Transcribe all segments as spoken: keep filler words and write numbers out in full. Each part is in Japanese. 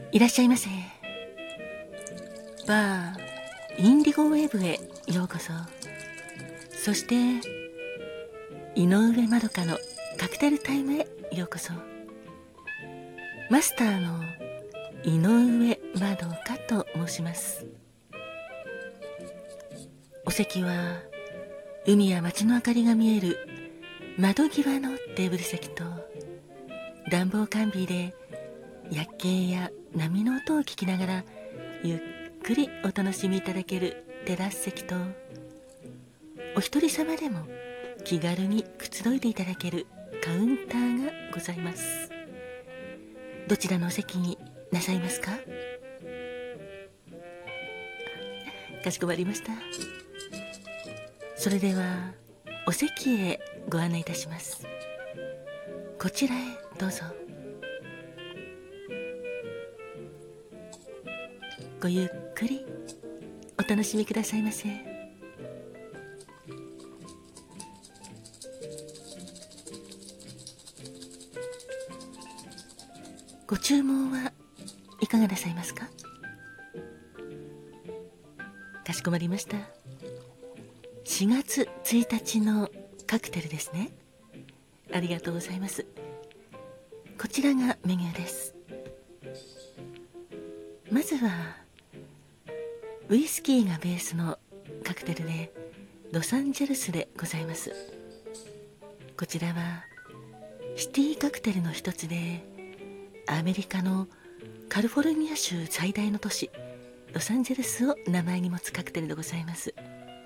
いらっしゃいませ。バーインディゴウェーブへようこそ。そして井上まどかのカクテルタイムへようこそ。マスターの井上まどかと申します。お席は海や街の明かりが見える窓際のテーブル席と、暖房完備で夜景や波の音を聞きながらゆっくりお楽しみいただけるテラス席と、お一人様でも気軽にくつろいでいただけるカウンターがございます。どちらのお席になさいますか？かしこまりました。それではお席へご案内いたします。こちらへどうぞ。ごゆっくりお楽しみくださいませ。ご注文はいかがなさいますか？かしこまりました。しがつついたちのカクテルですね。ありがとうございます。こちらがメニューです。まずはウイスキーがベースのカクテルでロサンゼルスでございます。こちらはシティカクテルの一つで、アメリカのカリフォルニア州最大の都市ロサンゼルスを名前に持つカクテルでございます。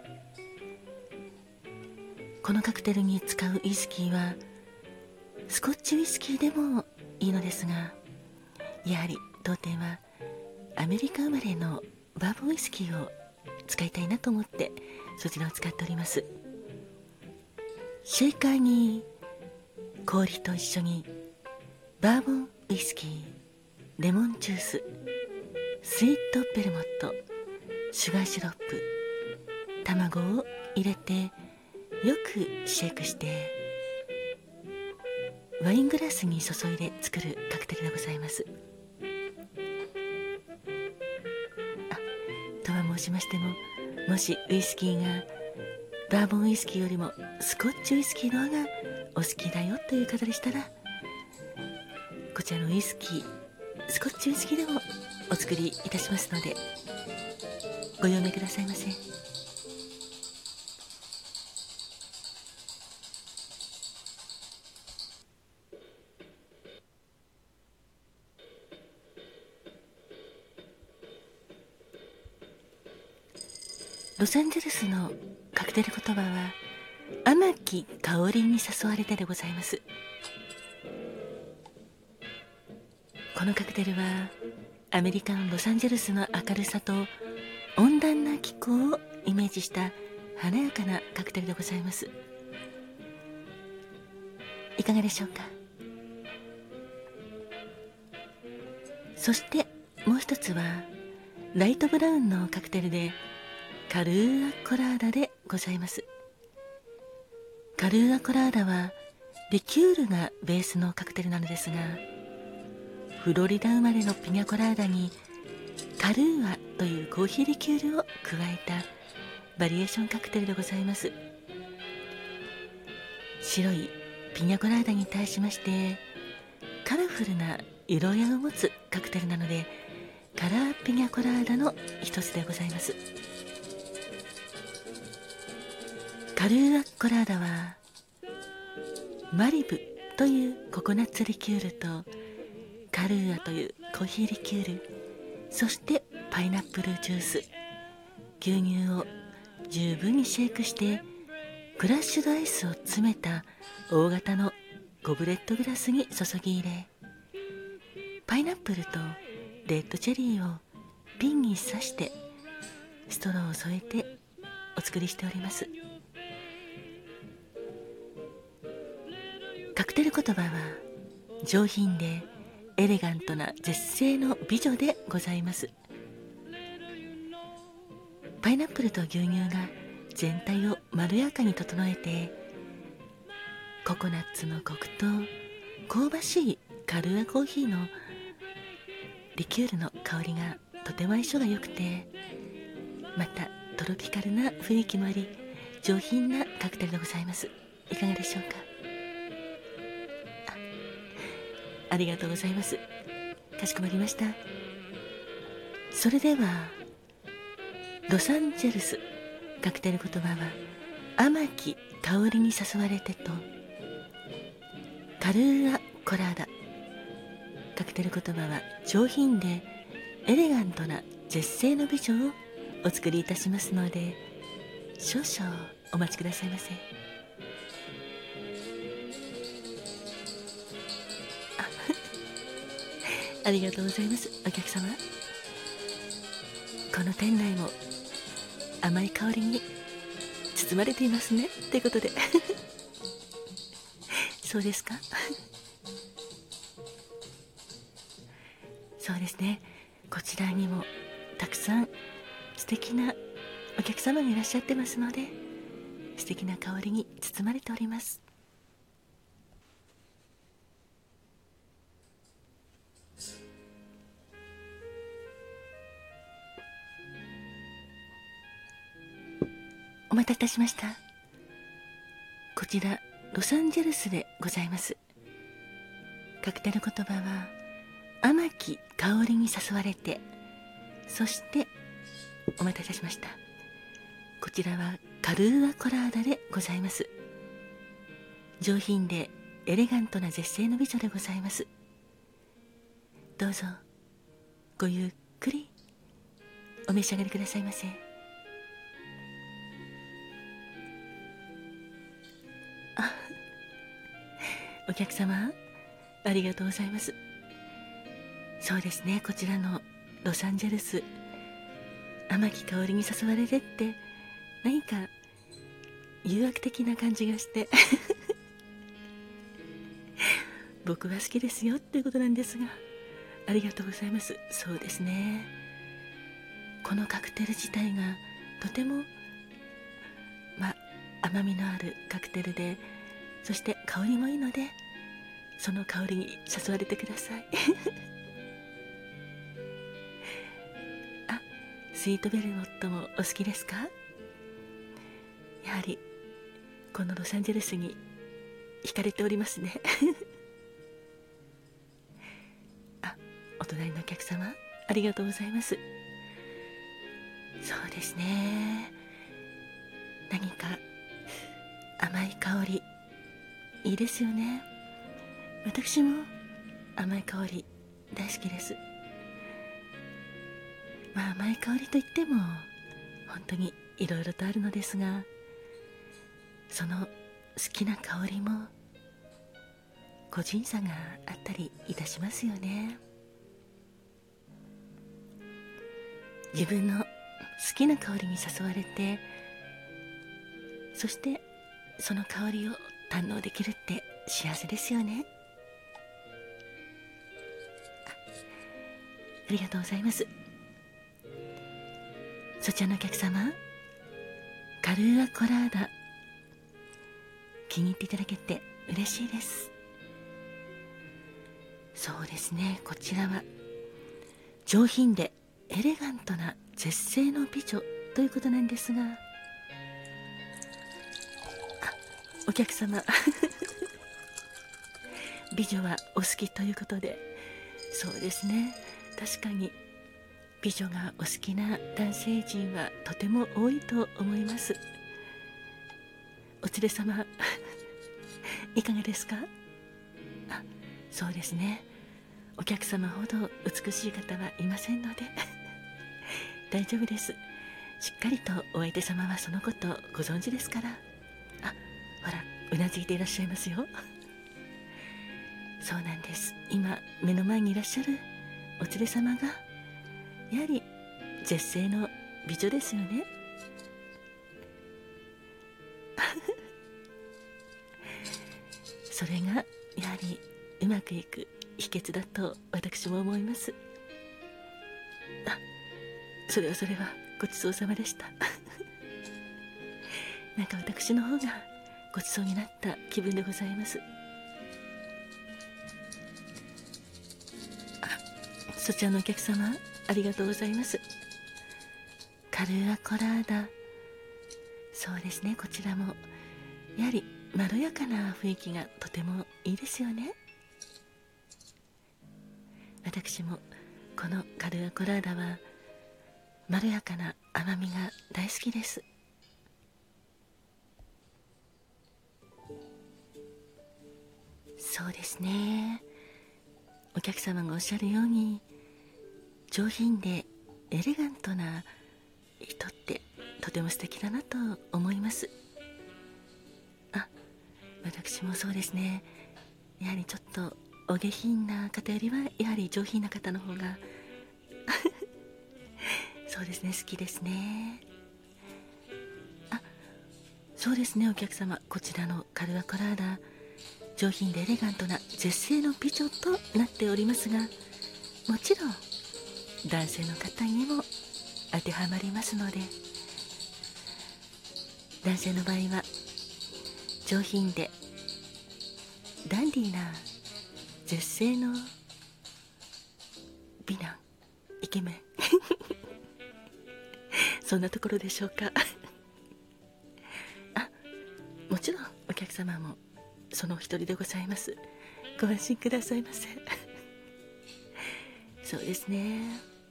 このカクテルに使うウイスキーはスコッチウイスキーでもいいのですが、やはり当店はアメリカ生まれのバーボンウイスキーを使いたいなと思ってそちらを使っております。シェイカーに氷と一緒にバーボンウイスキー、レモンジュース、スイートベルモット、シュガーシロップ、卵を入れてよくシェイクしてワイングラスに注いで作るカクテルでございます。あ、とは申しましても、もしウイスキーがバーボンウイスキーよりもスコッチウイスキーの方がお好きだよという方でしたら、こちらのウイスキー、スコッチウイスキーでもお作りいたしますのでご用命くださいませ。ロサンゼルスのカクテル言葉は甘き香りに誘われてでございます。このカクテルはアメリカのロサンゼルスの明るさと温暖な気候をイメージした華やかなカクテルでございます。いかがでしょうか？そしてもう一つはライトブラウンのカクテルでカルーアコラーダでございます。カルーアコラーダはリキュールがベースのカクテルなのですが、フロリダ生まれのピニャコラーダにカルーアというコーヒーリキュールを加えたバリエーションカクテルでございます。白いピニャコラーダに対しましてカラフルな色合いを持つカクテルなので、カラーピニャコラーダの一つでございます。カルーアコラーダはマリブというココナッツリキュールとカルーアというコーヒーリキュール、そしてパイナップルジュース、牛乳を十分にシェイクしてクラッシュドアイスを詰めた大型のゴブレットグラスに注ぎ入れ、パイナップルとレッドチェリーを瓶に刺してストローを添えてお作りしております。カクテル言葉は上品でエレガントな絶世の美女でございます。パイナップルと牛乳が全体をまろやかに整えて、ココナッツのコクと香ばしいカルーアコーヒーのリキュールの香りがとても相性が良くて、またトロピカルな雰囲気もあり、上品なカクテルでございます。いかがでしょうか。 あ, ありがとうございます。かしこまりました。それではロサンゼルスカクテル言葉は甘き香りに誘われてとカルーア・コラーダ。カクテル言葉は上品でエレガントな絶世の美女をお作りいたしますので、少々お待ちくださいませ。あ, ありがとうございます。お客様、この店内も甘い香りに包まれていますねってことでそうですかそうですね、こちらにもたくさん素敵なお客様がいらっしゃってますので、素敵な香りに包まれております。お待たせいたしました。こちらロサンゼルスでございます。カクテル言葉は甘き香りに誘われて、そしてお待たせいたしました。こちらはカルーア・コラーダでございます。上品でエレガントな絶世の美女でございます。どうぞごゆっくりお召し上がりくださいませ。あ、お客様ありがとうございます。そうですね、こちらのロサンゼルス、甘き香りに誘われてって何か誘惑的な感じがして僕は好きですよっていうことなんですが、ありがとうございます。そうですね、このカクテル自体がとてもまあ甘みのあるカクテルで、そして香りもいいので、その香りに誘われてくださいあ、スイートベルモットもお好きですか。やはりこのロサンゼルスに惹かれておりますねあ、お隣のお客様ありがとうございます。そうですね、何か甘い香りいいですよね。私も甘い香り大好きです。まあ甘い香りといっても本当にいろいろとあるのですが、その好きな香りも個人差があったりいたしますよね。自分の好きな香りに誘われて、そしてその香りを堪能できるって幸せですよね。ありがとうございます。そちらのお客様、カルーア・コラーダ気に入っていただけて嬉しいです。そうですね、こちらは上品でエレガントな絶世の美女ということなんですが、あ、お客様美女はお好きということで、そうですね、確かに美女がお好きな男性陣はとても多いと思います。お連れ様いかがですか。あ、そうですね、お客様ほど美しい方はいませんので大丈夫です。しっかりとお相手様はそのことをご存知ですから。あ、ほらうなずいていらっしゃいますよそうなんです、今目の前にいらっしゃるお連れ様がやはり絶世の美女ですよねそれがやはりうまくいく秘訣だと私も思います。あ、それはそれはごちそうさまでしたなんか私の方がごちそうになった気分でございます。あ、 そちらのお客様、ありがとうございます。カルーアコラーダ、そうですね、こちらもやはりまろやかな雰囲気がとてもいいですよね。私もこのカルーアコラーダはまろやかな甘みが大好きです。そうですね、お客様がおっしゃるように上品でエレガントな人ってとても素敵だなと思います。あ、私もそうですね、やはりちょっとお下品な方よりはやはり上品な方の方がそうですね、好きですね。あ、そうですね、お客様、こちらのカルーアコラーダ、上品でエレガントな絶世の美女となっておりますが、もちろん男性の方にも当てはまりますので、男性の場合は上品でダンディーな絶世の美男イケメンそんなところでしょうかあ、もちろんお客様もそのお一人でございます。ご安心くださいませそうですね、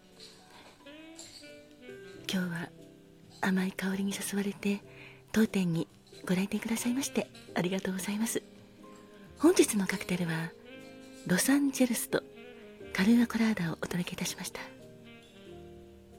今日は甘い香りに誘われて当店にご来店くださいましてありがとうございます。本日のカクテルはロサンゼルスとカルーアコラーダをお届けいたしました。